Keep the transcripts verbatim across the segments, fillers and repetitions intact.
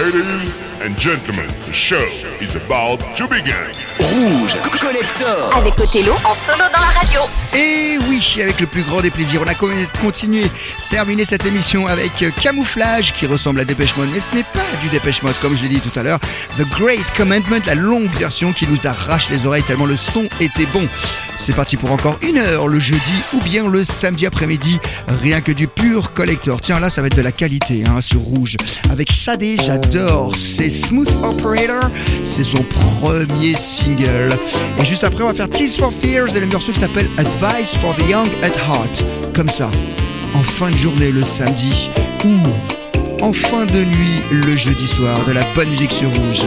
Ladies and gentlemen, the show is about to begin. Rouge Collector avec Othello en solo dans la radio. Et oui, avec le plus grand des plaisirs, on a continué, terminé cette émission avec Camouflage qui ressemble à Dépêche Mode, mais ce n'est pas du Dépêche Mode comme je l'ai dit tout à l'heure. The Great Commandment, la longue version qui nous arrache les oreilles tellement le son était bon. C'est parti pour encore une heure le jeudi ou bien le samedi après-midi, rien que du pur collector. Tiens, là ça va être de la qualité hein, sur Rouge. Avec Shadé, j'adore, c'est Smooth Operator, c'est son premier single. Et juste après on va faire Tears for Fears et le morceau qui s'appelle Advice for the Young at Heart. Comme ça, en fin de journée le samedi ou en fin de nuit le jeudi soir, de la bonne musique sur Rouge.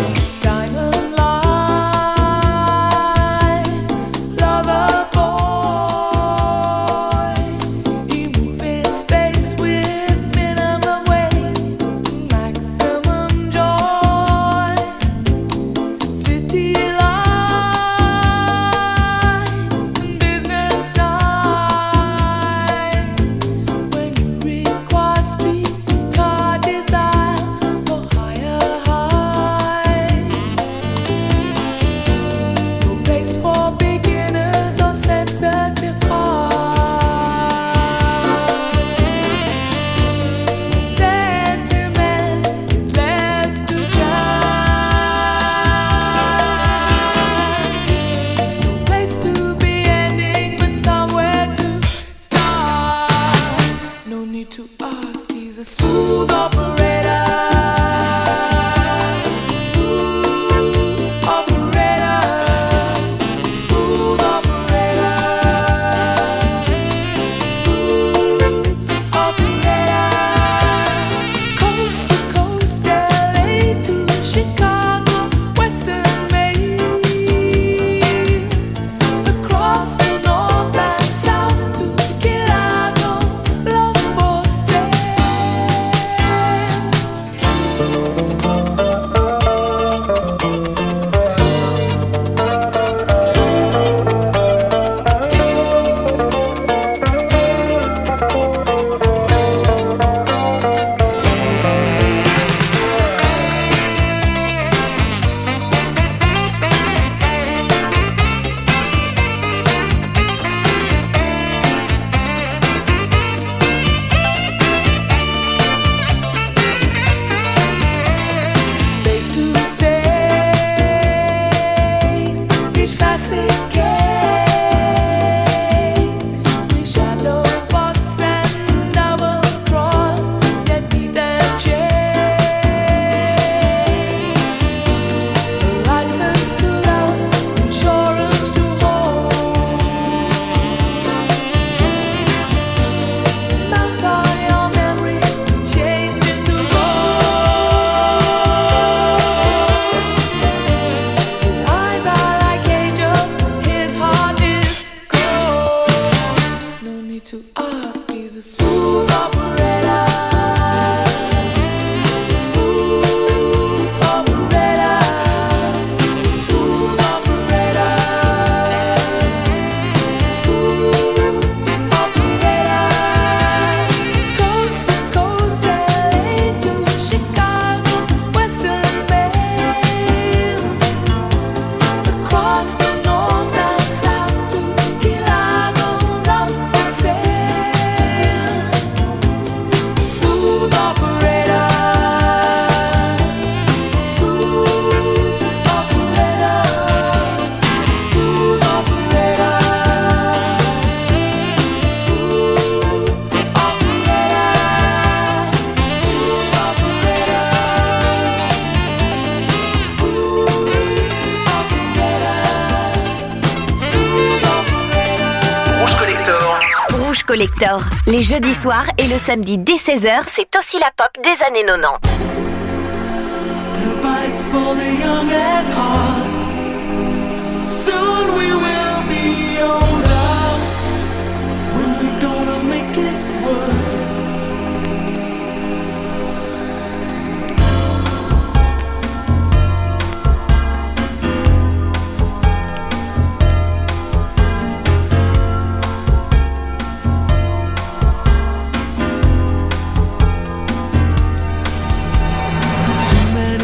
Collector. Les jeudis soirs et le samedi dès seize heures, c'est aussi la pop des années quatre-vingt-dix. Advice for the young at heart. Soon we will be older when we're gonna make it work. Too many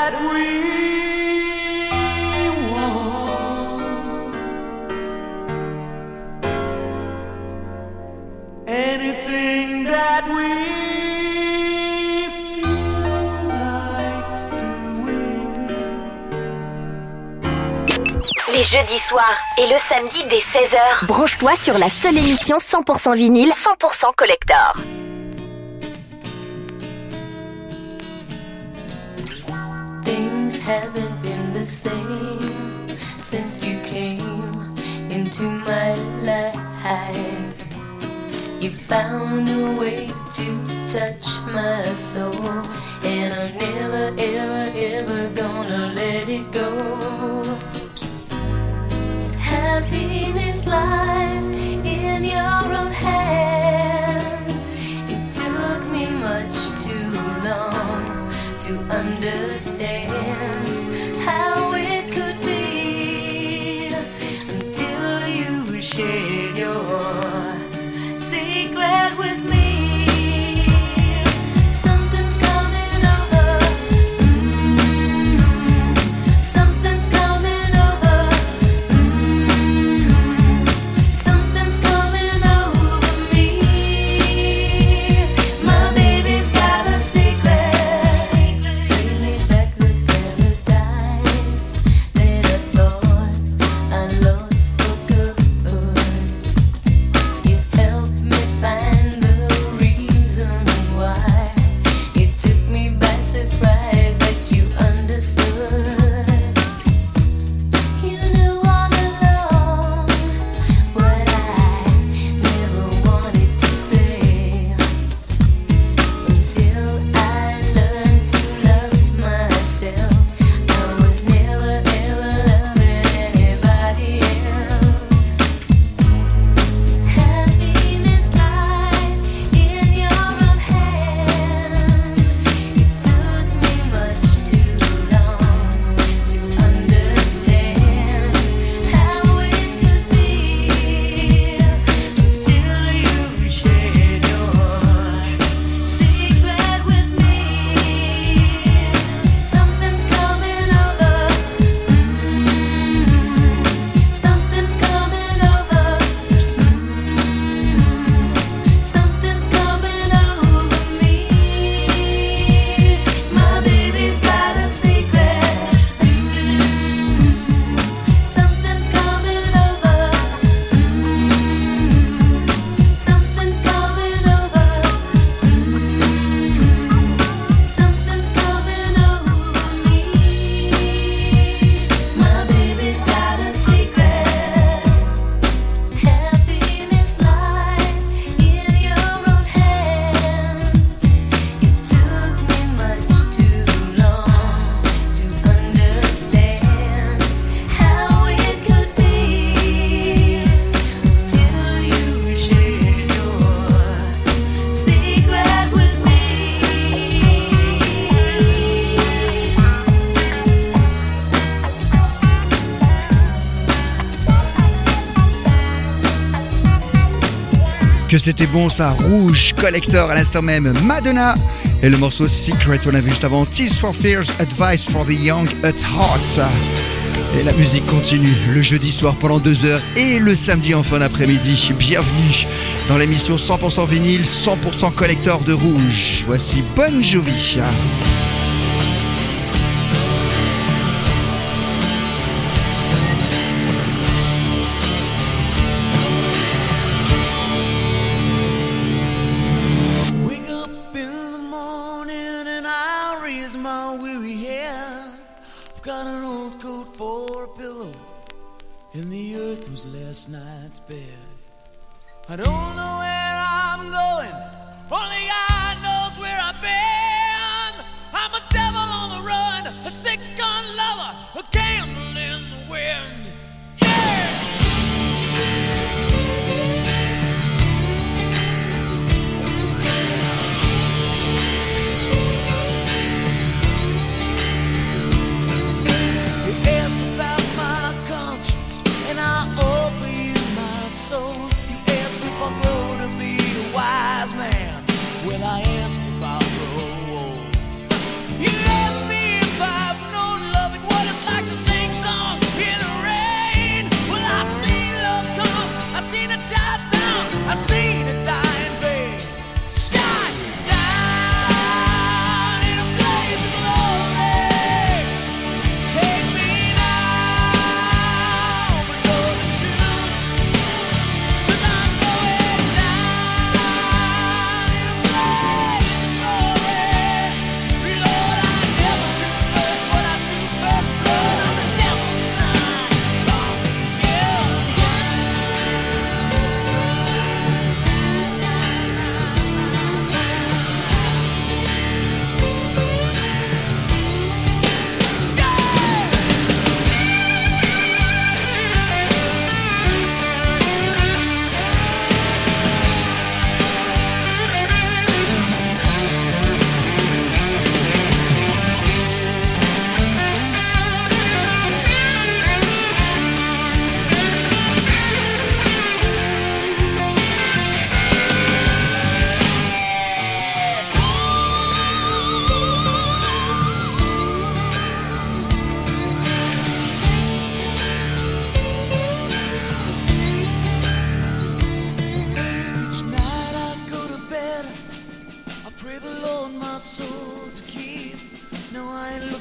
that we want, anything that we feel like doing. Les jeudis soirs et le samedi dès seize heures, branche-toi sur la seule émission cent pour cent vinyle, cent pour cent collector. Things haven't been the same since you came into my life. You found a way to touch my soul, and I'm never, ever, ever gonna let it go. Happiness lies in your own hand. It took me much too long to understand how it could be until you shared your secret with me. Something's coming over. Mm-hmm. Something's coming over. Mm-hmm. Something's coming over me. My baby's got a secret. Bring me back the paradise that I thought I lost for good. You helped me find the reasons why. It took me by surprise that you understood. You knew all along what I never wanted to say, until I learned to love myself. I was never ever loving anybody else. Happiness lies in your own hand. It took me much too long to understand how it could be until you shared your secret with me. Something's coming over. Mm-hmm. Something's coming over. Mm-hmm. Something's coming over me. My baby's got a secret. Mm-hmm. Something's coming over. Mm-hmm. Something's coming over. Mm-hmm. Something's coming over me. My baby's got a secret. Happiness lies in your own hand. It took me much too long to understand how it could be until you shared your secret with me. Que c'était bon ça, Rouge Collector à l'instant même, Madonna et le morceau Secret, on a vu juste avant Tears for Fears, Advice for the Young at Heart. Et la musique continue le jeudi soir pendant deux heures et le samedi en fin d'après-midi. Bienvenue dans l'émission cent pour cent vinyle, cent pour cent collector de Rouge. Voici Bon Jovi. Wake up in the morning and I raise my weary head. I've got an old coat for a pillow and the earth was last night's bed. I don't know where I'm going, only God knows where I've been. I'm a devil on the run, a six-gun lover, a candle in the wind. Yeah! You ask about my conscience, and I offer you my soul. You ask if I'll grow to be a wise man. Well, I ask if I'll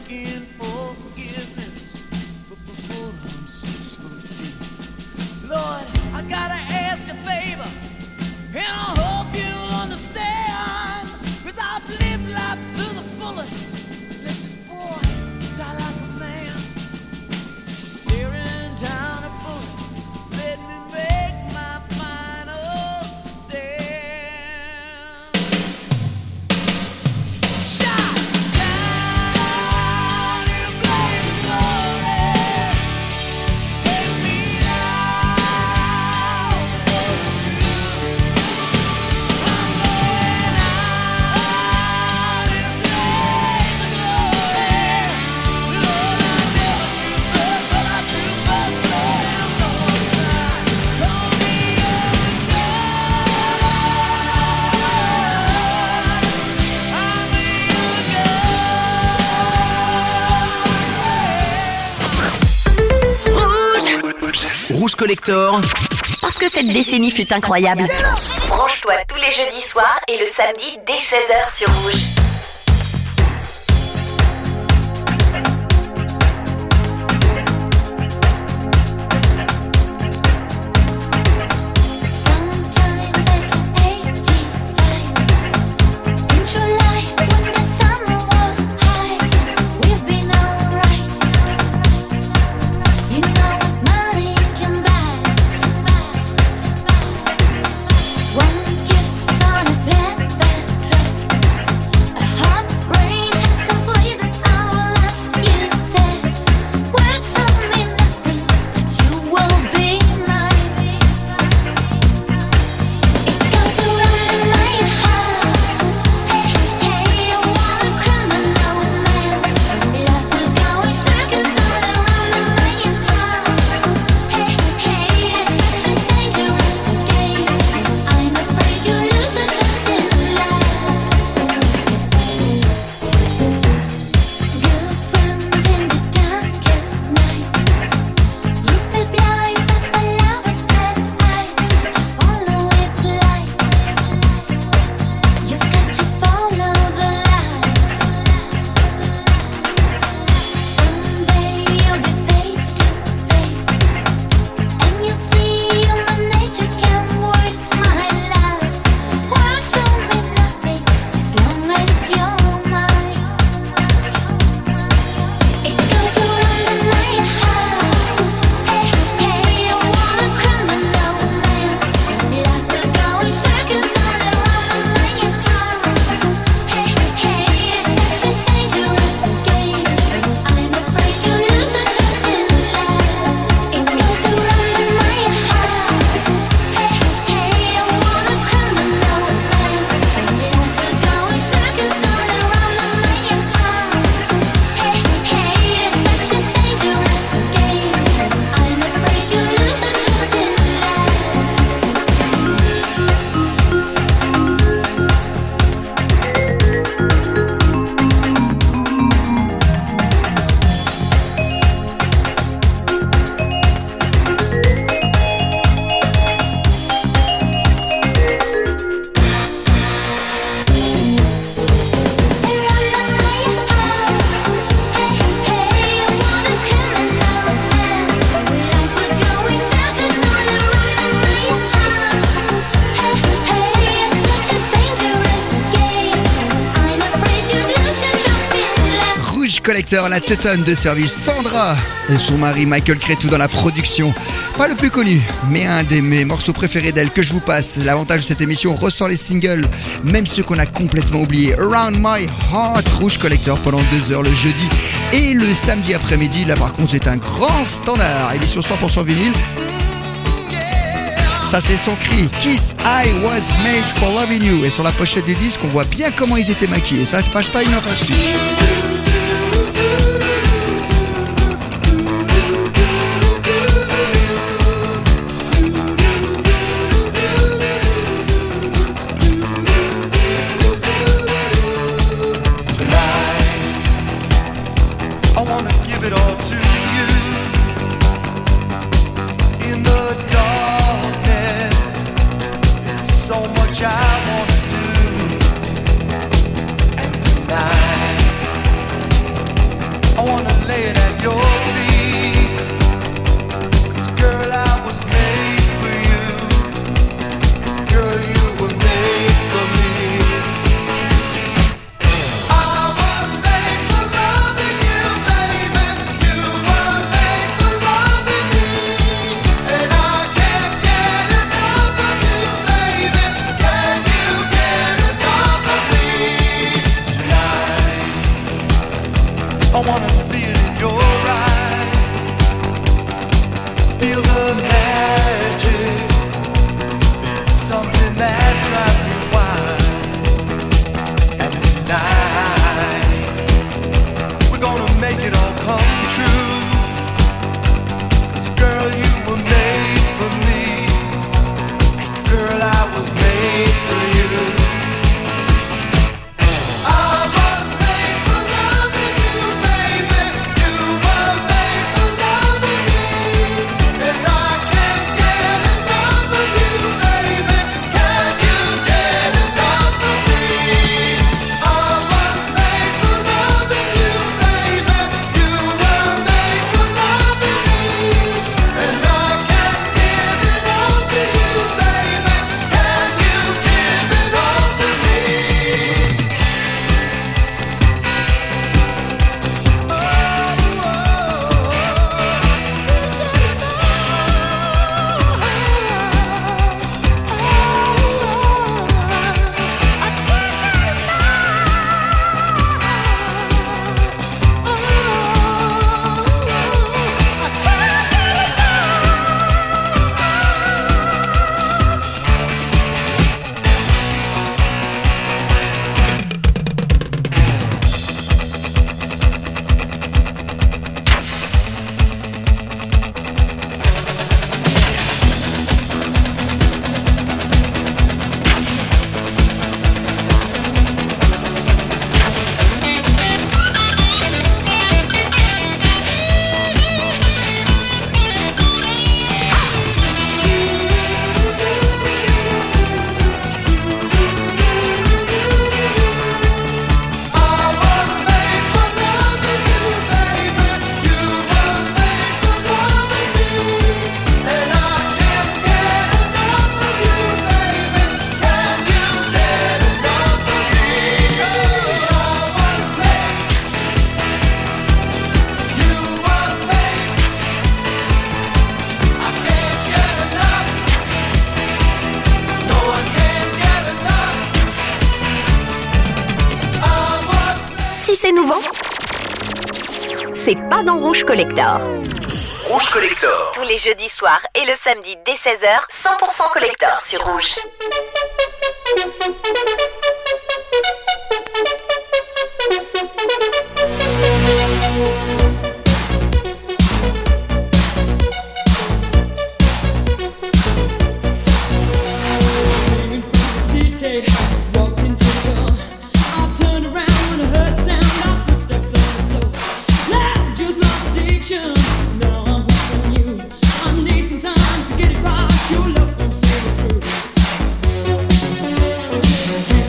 begging for forgiveness, but before I'm six foot deep. Lord, I gotta ask a favor, and I hope you'll understand, 'cause I've lived life to the fullest. Let this boy die like a man, staring down a bullet. Let me make my final stand. Shot down in a blaze of glory. Take me out for the truth. I'm going out in a blaze of glory. Lord, I never drew first, but I drew first blood and no one side. Call me young gun. I'm a young gun. Rouge. Rouge Collector. Parce que cette décennie fut incroyable. Branche-toi tous les jeudis soirs et le samedi dès seize heures sur Rouge. Sometime back in eighty-five, in July when the summer was high, we've been alright. You know what money can buy. One kiss on a flatbed truck, a heartbreak has completed our life. You said words don't mean nothing, but you will be mine. It goes around in my heart. Hey, hey, what a criminal man. Love will go in circles all around in my heart. Hey, hey, it's such a dangerous game. I'm afraid you lose the trust in love. Good friend in the darkest night. You feel blind, but the love is bad. Just follow its light. You've got to follow the light. Someday you'll be face to face, and you'll see human nature can worse. My love, words don't mean nothing as long as you're mine. It goes around in my heart. Hey, hey, what a criminal man. Love will go in circles all around in my heart. Hey, hey, it's such a dangerous game. I'm afraid you lose the trust in love. It goes around in my heart. Hey, hey, what a criminal man. Love will go in circles all around in my heart. Hey, hey, it's such a dangerous game. I'm afraid you lose the trust in Rouge Collector, la teutonne de service Sandra et son mari Michael Cretu dans la production. Pas le plus connu, mais un de mes morceaux préférés d'elle que je vous passe. L'avantage de cette émission, on ressort les singles, même ceux qu'on a complètement oubliés. Around My Heart, Rouge Collector pendant deux heures le jeudi et le samedi après-midi. Là par contre c'est un grand standard, émission cent pour cent vinyle. Ça c'est son cri, Kiss I Was Made for Loving You. Et sur la pochette du disque, on voit bien comment ils étaient maquillés. Ça se passe pas inaperçu. I wanna give it all to you. In the darkness, there's so much I wanna do. And tonight lay it at your feet. 'Cause girl, I was made for you. Girl, you were made for me. I was made for loving you, baby. You were made for loving me. And I can't get enough of you, baby. Can you get enough of me? Tonight, I wanna see it in your eyes. Feel the magic. There's something that drives me wild. And tonight, we're gonna make it all come true. 'Cause girl, you were made for me. And girl, I was made for you. I was made for loving you, baby. You were made for loving me. And I can't get enough of you, baby. Can you get enough of me? I was made for loving you, baby. You were made for loving me. And I can't give it all to you, baby. Can you give it all to me? Si c'est nouveau, c'est pas dans Rouge Collector. Rouge Collector. Tous les jeudis soirs et le samedi dès seize heures, cent pour cent Collector sur Rouge. Walked into the door. I turned around when I heard the sound of footsteps on the floor. Love just my addiction. Now I'm hooked on you. I need some time to get it right. Your love's gonna see me through. Can't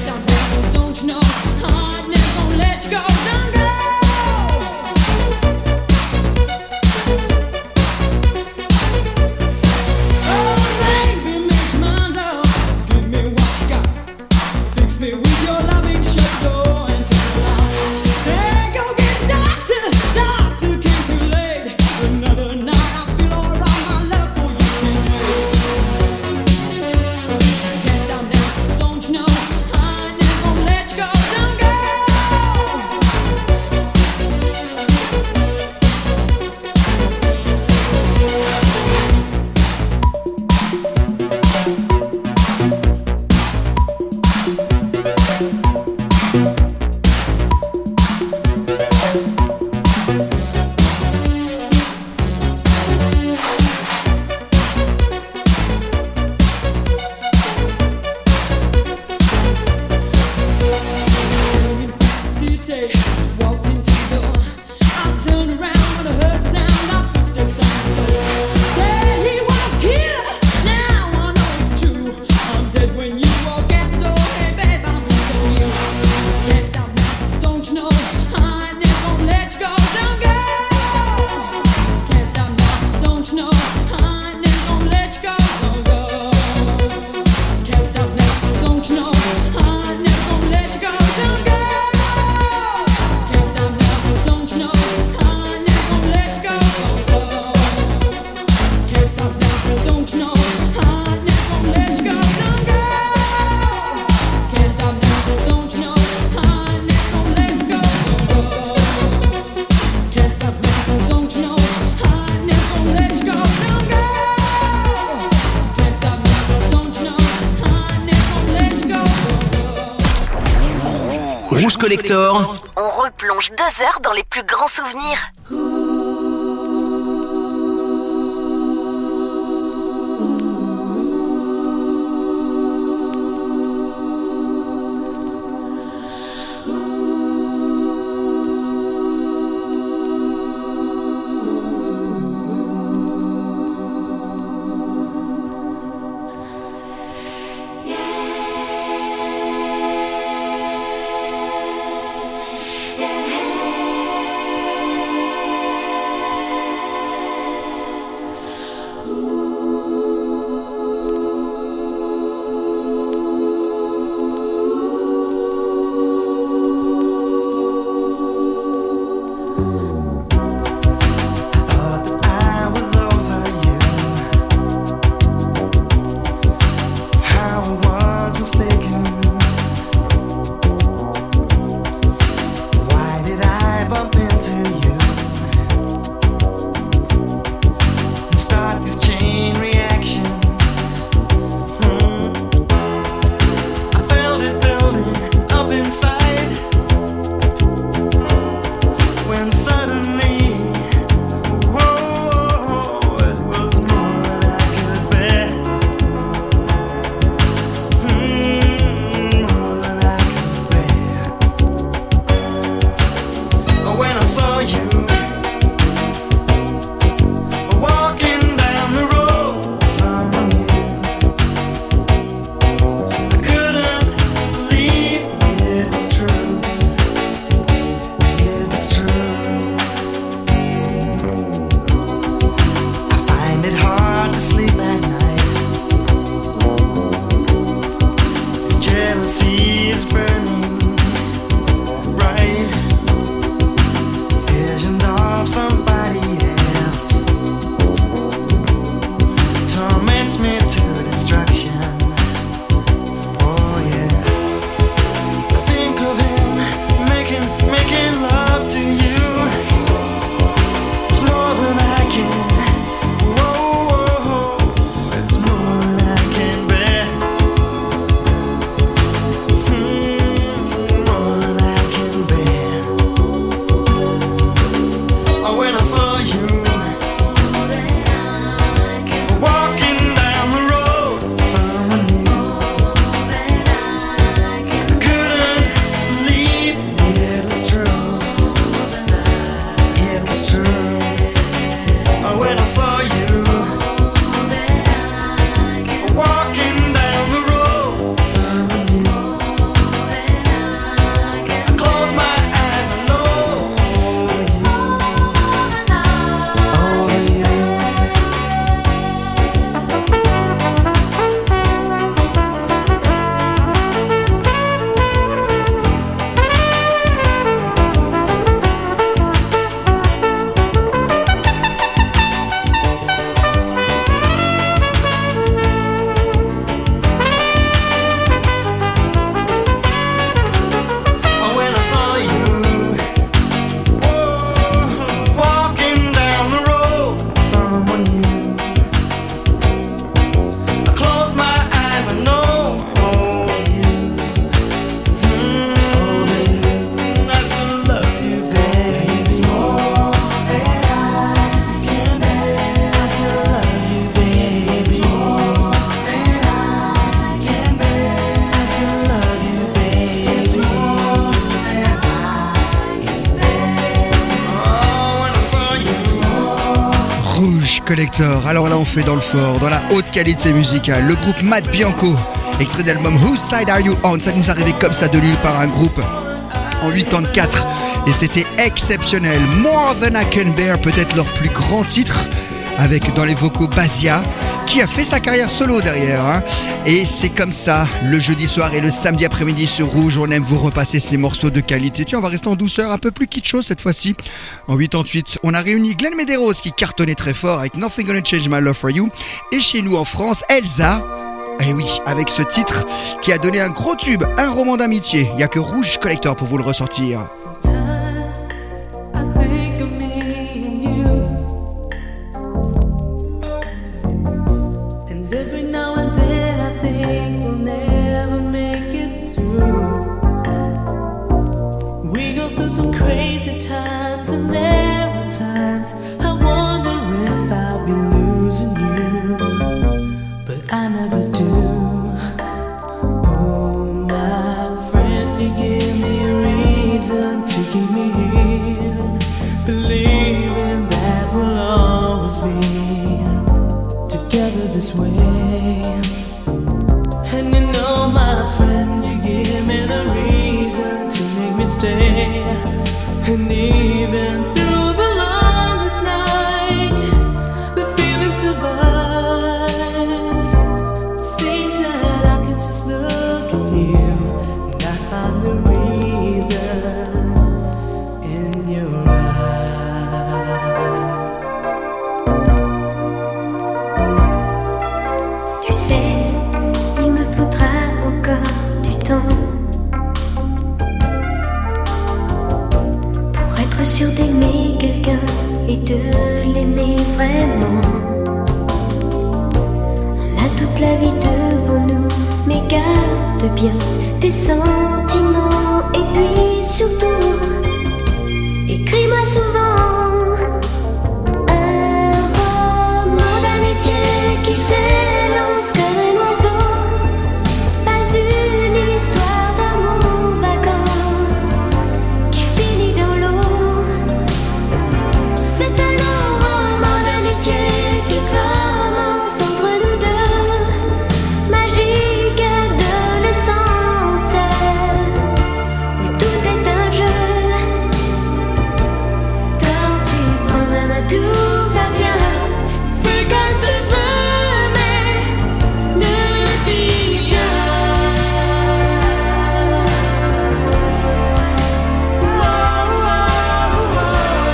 Rouge Collector. On replonge deux heures dans les plus grands souvenirs. Collector. Alors là, on fait dans le fort, dans la haute qualité musicale. Le groupe Matt Bianco, extrait d'album Whose Side Are You On? Ça nous arrivait comme ça de nulle part, un groupe en quatre-vingt-quatre et c'était exceptionnel. More Than I Can Bear, peut-être leur plus grand titre, avec dans les vocaux Basia, qui a fait sa carrière solo derrière, hein. Et c'est comme ça, le jeudi soir et le samedi après-midi sur Rouge, on aime vous repasser ces morceaux de qualité. Tiens, on va rester en douceur, un peu plus kitschos cette fois-ci. En quatre-vingt-huit, on a réuni Glenn Medeiros qui cartonnait très fort avec Nothing Gonna Change My Love For You. Et chez nous en France, Elsa, et oui, avec ce titre qui a donné un gros tube, un roman d'amitié. Il n'y a que Rouge Collector pour vous le ressortir. Every now and then I think we'll never make it through. this way. And you know, my friend, you give me the reason to make me stay. And even through the longest night, the feeling survives. Seems that I can just look at you and I find the reason in your eyes. Tu sais, il me faudra encore du temps pour être sûr d'aimer quelqu'un et de l'aimer vraiment. On a toute la vie devant nous, mais garde bien tes sentiments. Et puis surtout, écris-moi souvent un roman d'amitié qui s'élance comme un oiseau. Pas une histoire d'amour vacances qui finit dans l'eau. C'est un long roman d'amitié qui commence entre nous deux. Magique adolescence où tout est un jeu. Quand tu prends ma main, tout va bien. Fais comme tu veux, mais ne dis rien. Wow, wow, wow.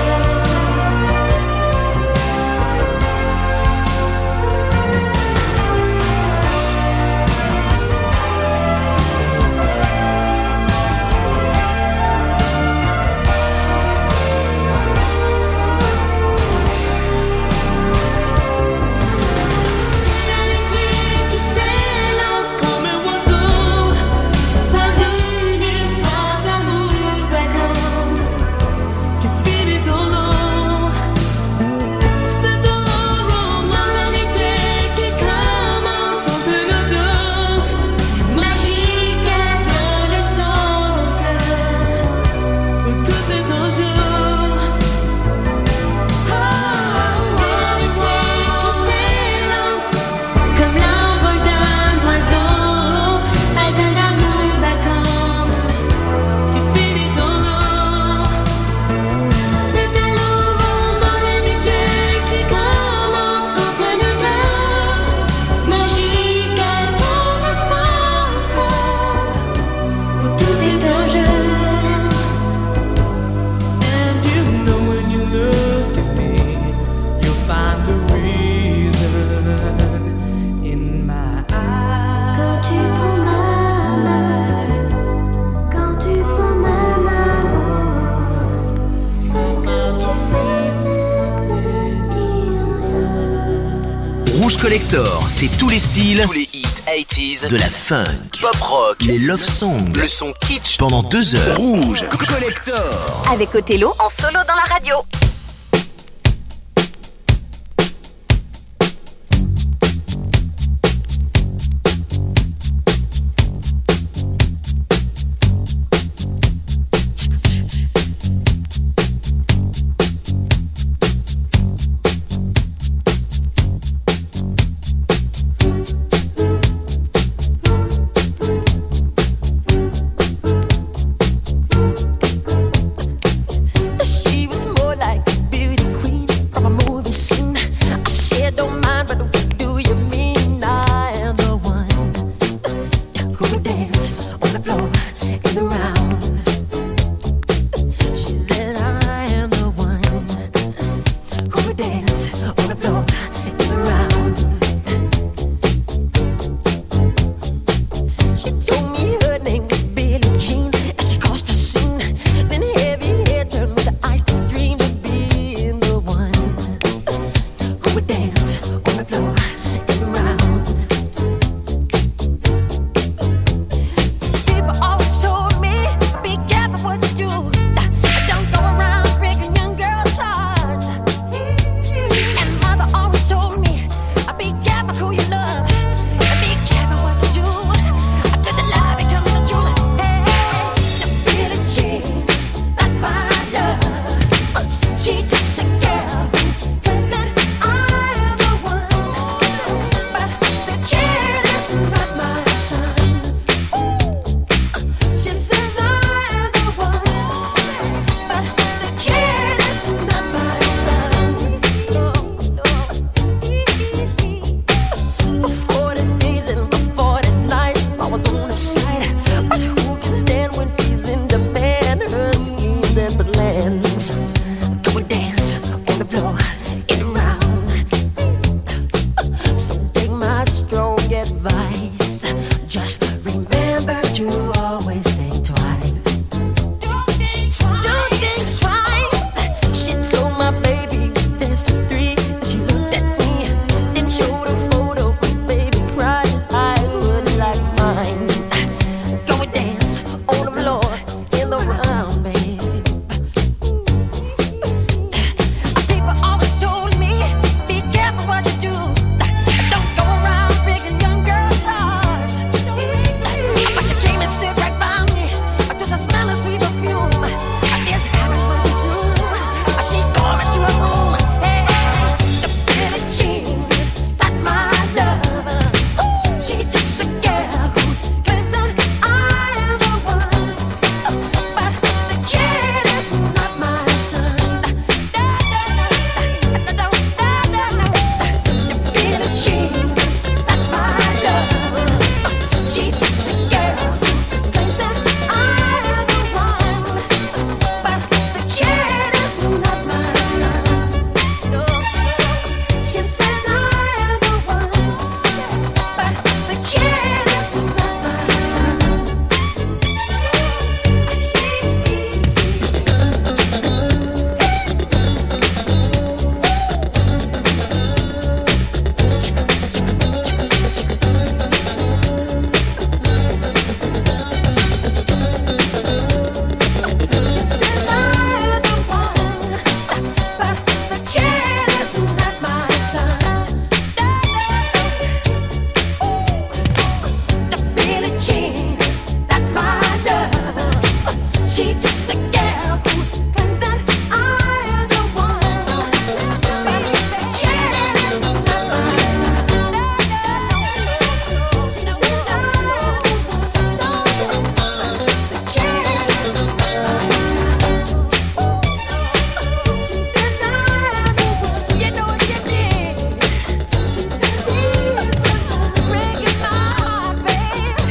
L'amitié qui s'élance comme un oiseau. Pas une histoire d'amour vacances qui finit dans l'eau. C'est un roman d'amitié qui commence entre nous deux. Magique adolescence où tout est en jeu. L'amitié qui s'élance comme l'envol d'un oiseau. Pas un amour vacances qui finit dans l'eau. C'est un long roman d'amitié qui commence entre nous deux. Magique adolescence où tout est en jeu. And you know when you look at me, you'll find the reason in my eyes. Quand tu prends ma main, quand tu prends ma main, fais comme tu fais, ne dis rien. Rouge Collector, c'est tous les styles, tous les hits quatre-vingt-dix, de la funk, pop rock, les love songs, le son kitsch pendant deux heures. Rouge Collector. Avec Othello en solo dans la radio. She was more like a beauty queen from a movie scene. I said, don't mind, but what do you mean? I am the one who would dance on the floor in the round. She said, I am the one who would dance on the floor in the round. She told me her name was Billie Jean as she caused a scene. Then heavy hair turned with the eyes to dream of being the one who would dance on the floor and around. People always told me, be careful what you do. Don't go around breaking young girls' hearts. And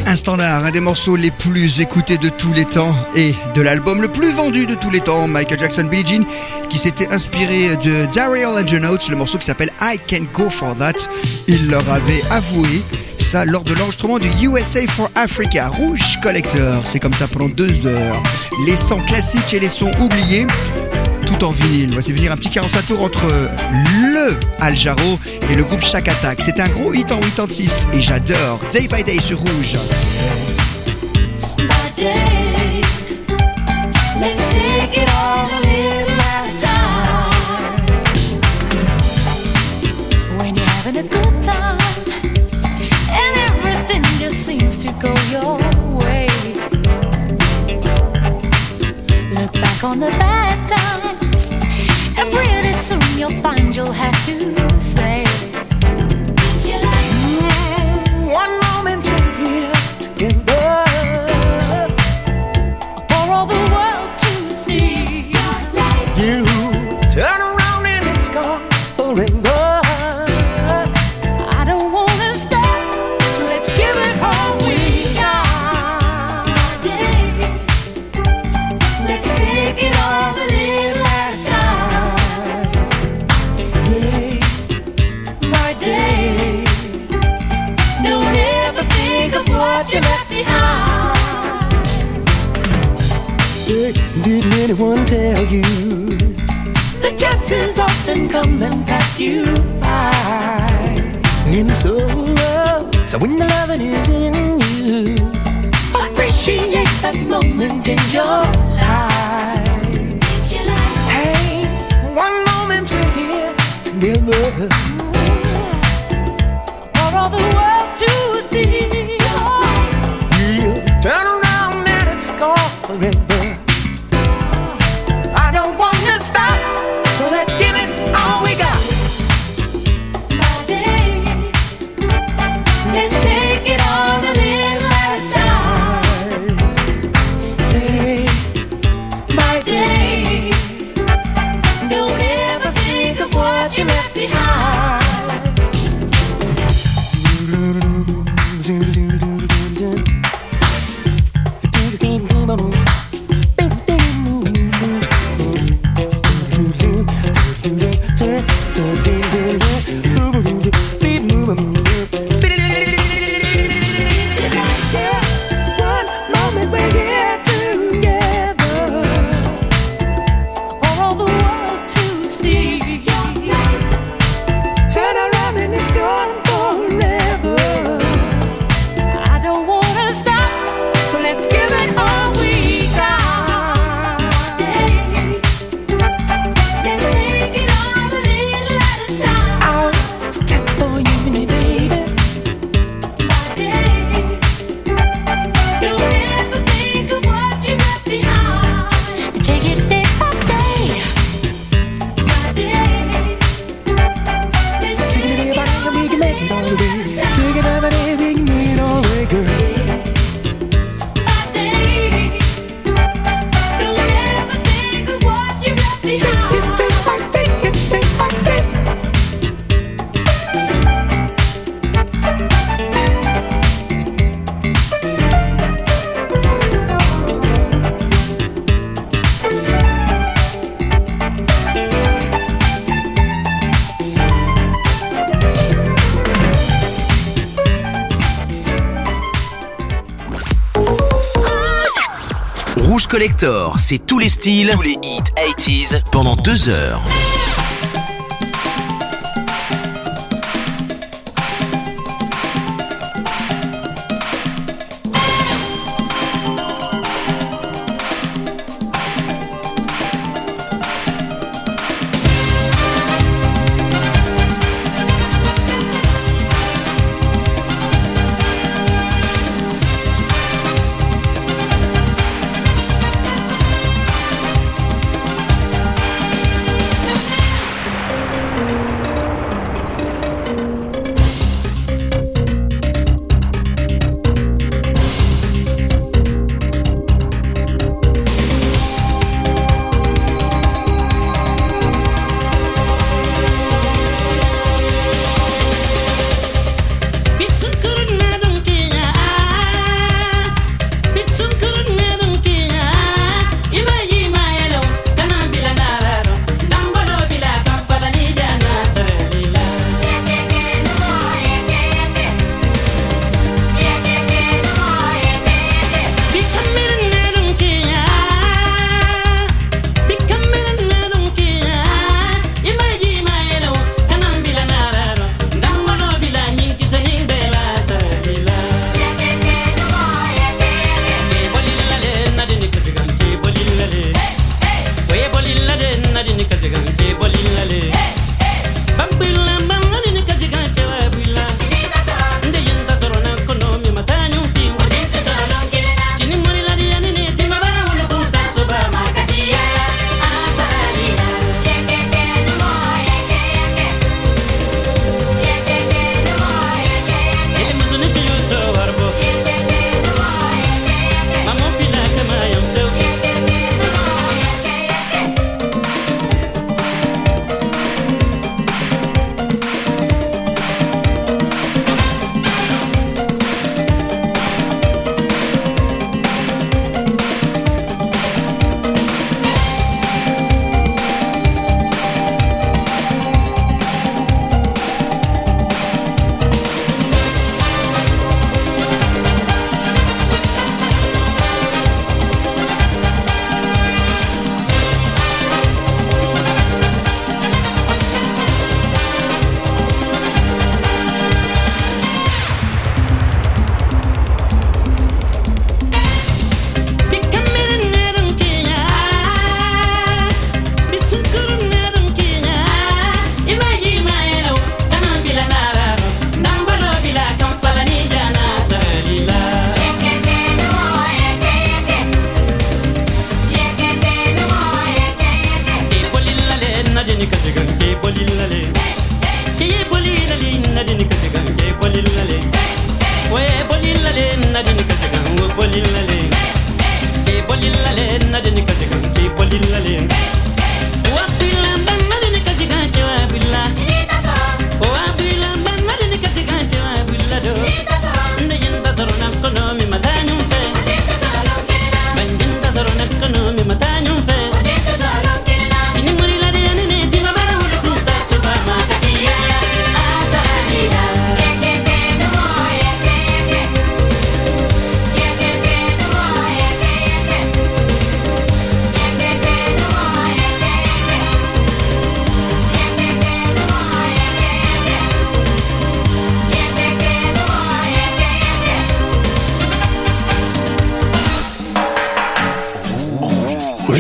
Un standard, un des morceaux les plus écoutés de tous les temps et de l'album le plus vendu de tous les temps, Michael Jackson, Billie Jean, qui s'était inspiré de Daryl and the Notes, le morceau qui s'appelle I Can Go For That. Il leur avait avoué ça lors de l'enregistrement du U S A for Africa, Rouge Collector. C'est comme ça pendant deux heures. Les sons classiques et les sons oubliés, tout en vinyle. Voici venir un petit quarante-cinq tours entre le Al Jarreau et le groupe Shack Attack. C'était un gros hit en quatre-vingt-six et j'adore. Day by Day sur Rouge. By day, let's take it all a little at a time. When you're having a good time and everything just seems to go your way, look back on the bad times and pretty soon you'll find you'll have to say, it's your life. Mm, one moment we're here together For all the world to see your life. You turn around and it's gone forever. I don't wanna stop, so let's give it all we got. Let's take it all a little at a time. Day by day, don't ever think of what you left behind. Didn't anyone tell you The chances often come and pass you by. in the soul? So when the loving is in you, Appreciate that moment in your life. It's your life. hey, one moment we're here together. For all the world to see. You turn around and it's gone forever. I don't wanna stop, so let's give it all we got. My day, let's take it all a little at a time. Day My day, don't ever think of what you left behind. Yes, one moment we're here together. For all the world to see. Turn around and it's gone forever. I don't wanna stop, so let's give it all we got. Let's take it all a little at a time. I'll step for you, baby. My day, don't ever think of what you left behind. Take it day by day. My day, let's Take it every day, we can make it all the way. Take it every day, we can make it all the way, girl. My day, don't ever think of what you left behind. Take it by day, take it by day. Rouge Collector, c'est tous les styles, tous les hits quatre-vingt-dix pendant deux heures.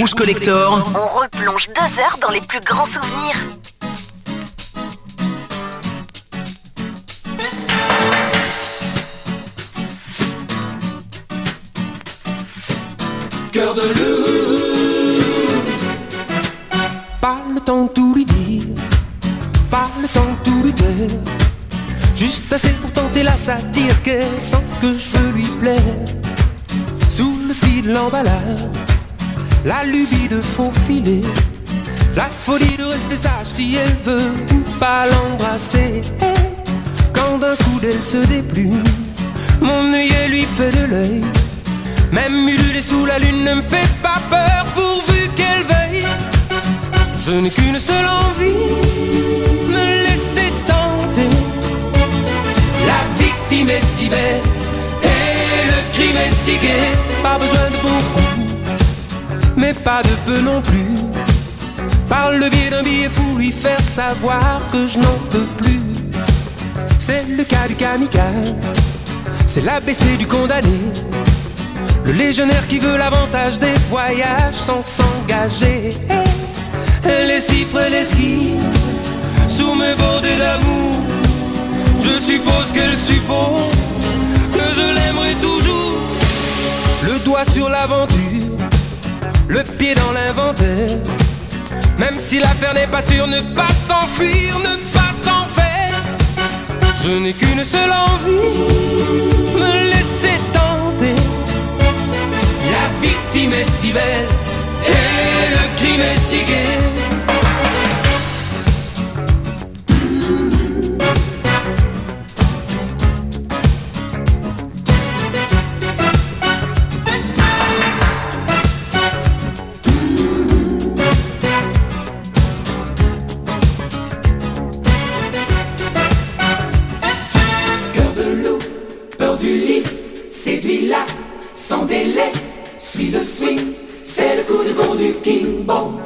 Rouge Collector. On replonge deux heures dans les plus grands souvenirs. Cœur de loup, pas le temps de tout lui dire, pas le temps de tout lui dire, juste assez pour tenter la satire qu'elle sent que je veux lui plaire. Sous le fil de l'emballage, la lubie de faufiler, la folie de rester sage si elle veut ou pas l'embrasser. Quand d'un coup d'elle se déplume, mon œillet lui fait de l'œil. Même ululer sous la lune ne me fait pas peur pourvu qu'elle veuille. Je n'ai qu'une seule envie, me laisser tenter. La victime est si belle et le crime est si gai. Pas besoin de beaucoup, mais pas de peu non plus. Par le biais d'un billet fou lui faire savoir que je n'en peux plus. C'est le cas du kamikaze, c'est l'A B C du condamné, le légionnaire qui veut l'avantage des voyages sans s'engager. Elle les cifre, les esquive sous mes bordées d'amour. Je suppose qu'elle suppose que je l'aimerai toujours. Le doigt sur l'aventure, le pied dans l'inventaire. Même si l'affaire n'est pas sûre, ne pas s'enfuir, ne pas s'en faire. Je n'ai qu'une seule envie, me laisser tenter. La victime est si belle et le crime est si gai. Cœur de loup, peur du lit, séduis-la sans délai. Suis le swing, c'est le coup de con du King Bong.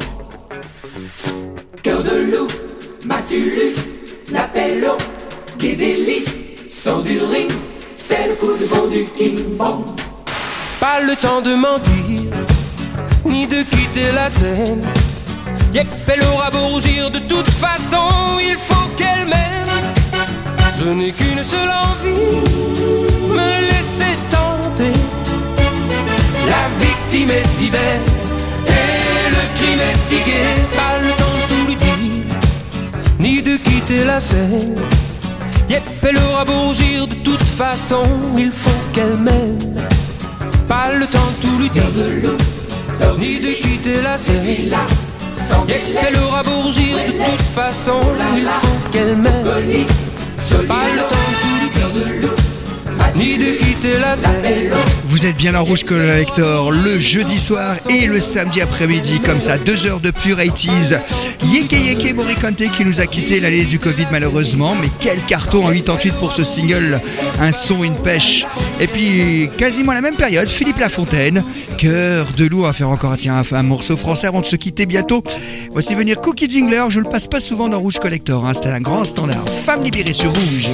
Cœur de loup, m'as-tu lu l'appel au Guédéli? Sors du ring, c'est le coup de con du King Bong. Pas le temps de mentir, ni de quitter la scène. Yep, elle aura beau rougir, de toute façon, il faut qu'elle m'aime. Je n'ai qu'une seule envie, me laisser tenter. La victime est si belle et le crime est si gai. Pas le temps de tout lui dire, ni de quitter la scène. Yep, elle aura beau rougir, de toute façon, il faut qu'elle m'aime. Pas le temps de tout lui dire, ni de quitter la scène. Yep, elle aura beau rougir, de toute façon, il faut qu'elle m'aime. Pas le temps de tout lui dire, ni de quitter la scène. Vous êtes bien en Rouge Collector le jeudi soir et le samedi après-midi, comme ça, deux heures de pure eighties. Yeke Yeke Morricone qui nous a quitté l'année du Covid malheureusement, mais quel carton en quatre-vingt-dix-huit pour ce single, un son, une pêche. Et puis quasiment à la même période, Philippe Lafontaine, Cœur de loup, on va faire encore tiens, un, un morceau français avant de se quitter bientôt. Voici venir Cookie Jingler, je le passe pas souvent dans Rouge Collector, hein, c'était un grand standard. Femme libérée sur Rouge.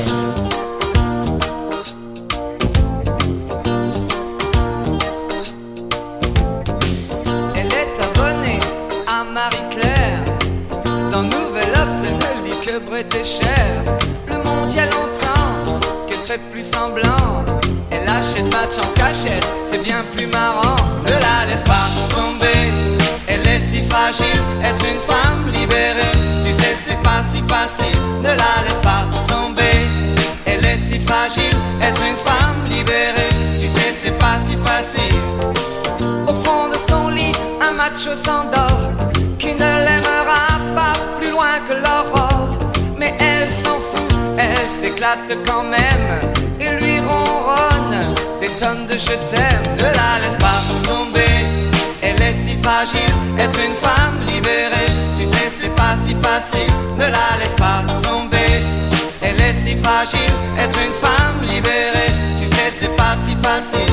Était cher, le monde y a longtemps qu'elle fait plus semblant. Elle achète match en cachette, c'est bien plus marrant. Ne la laisse pas tomber, elle est si fragile. Être une femme libérée, tu sais c'est pas si facile. Ne la laisse pas tomber, elle est si fragile. Être une femme libérée, tu sais c'est pas si facile. Au fond de son lit, un macho s'endort, qui ne l'aimera pas plus loin que l'aurore. Mais elle s'en fout, elle s'éclate quand même et lui ronronne des tonnes de je t'aime. Ne la laisse pas tomber, elle est si fragile. Être une femme libérée, tu sais c'est pas si facile. Ne la laisse pas tomber, elle est si fragile. Être une femme libérée, tu sais c'est pas si facile.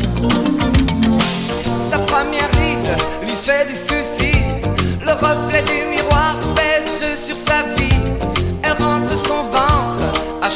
Reflet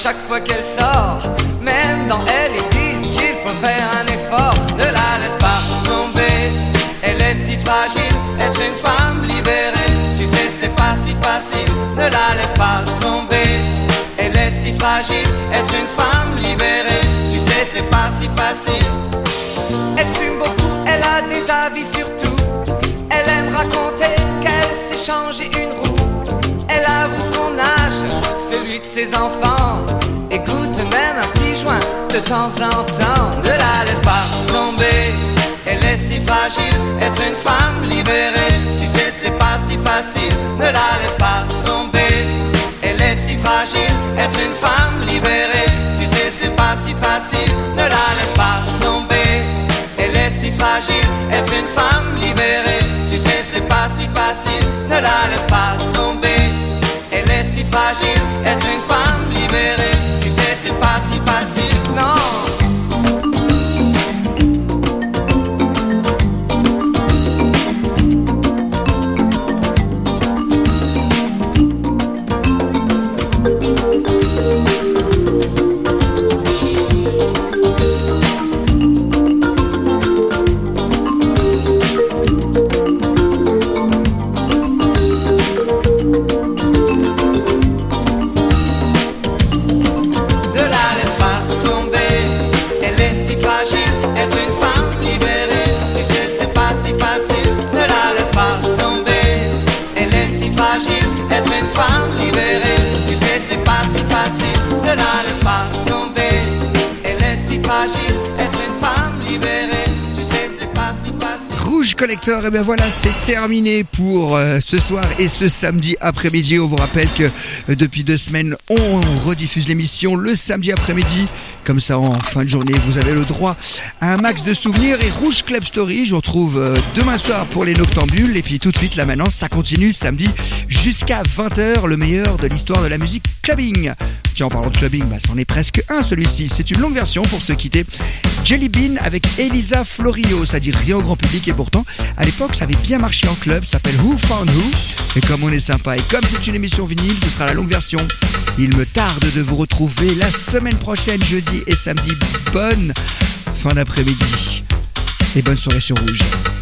chaque fois qu'elle sort. Même dans elle, ils disent qu'il faut faire un effort. Ne la laisse pas tomber, elle est si fragile. Être une femme libérée, tu sais c'est pas si facile. Ne la laisse pas tomber, elle est si fragile. Être une femme libérée, tu sais c'est pas si facile. Elle fume beaucoup, elle a des avis sur tout. Elle aime raconter qu'elle s'est changé une roue. Elle avoue son âge, celui de ses enfants. Écoute même un petit joint de temps en temps. Ne la laisse pas tomber, elle est si fragile. Être une femme libérée, tu sais c'est pas si facile. Ne la laisse pas tomber, elle est si fragile. Être une femme libérée, tu sais c'est pas si facile. Ne la laisse pas tomber, elle est si fragile. Être une femme libérée, tu sais c'est pas si facile. Ne la laisse pas tomber, elle est si fragile. Être une femme libérée, tu sais c'est pas si facile, non. Collector, et bien voilà, c'est terminé pour euh, ce soir et ce samedi après-midi. On vous rappelle que euh, depuis deux semaines, on rediffuse l'émission le samedi après-midi. Comme ça, en fin de journée, vous avez le droit à un max de souvenirs. Et Rouge Club Story, je vous retrouve euh, demain soir pour les Noctambules. Et puis tout de suite, là maintenant, ça continue samedi jusqu'à vingt heures, le meilleur de l'histoire de la musique clubbing. Tiens, en parlant de clubbing, bah, c'en est presque un celui-ci. C'est une longue version pour se quitter. Jelly Bean avec Elisa Florio. Ça dit rien au grand public et pourtant, à l'époque, ça avait bien marché en club. Ça s'appelle Who Found Who. Et comme on est sympa et comme c'est une émission vinyle, ce sera la longue version. Il me tarde de vous retrouver la semaine prochaine, jeudi et samedi. Bonne fin d'après-midi et bonne soirée sur Rouge.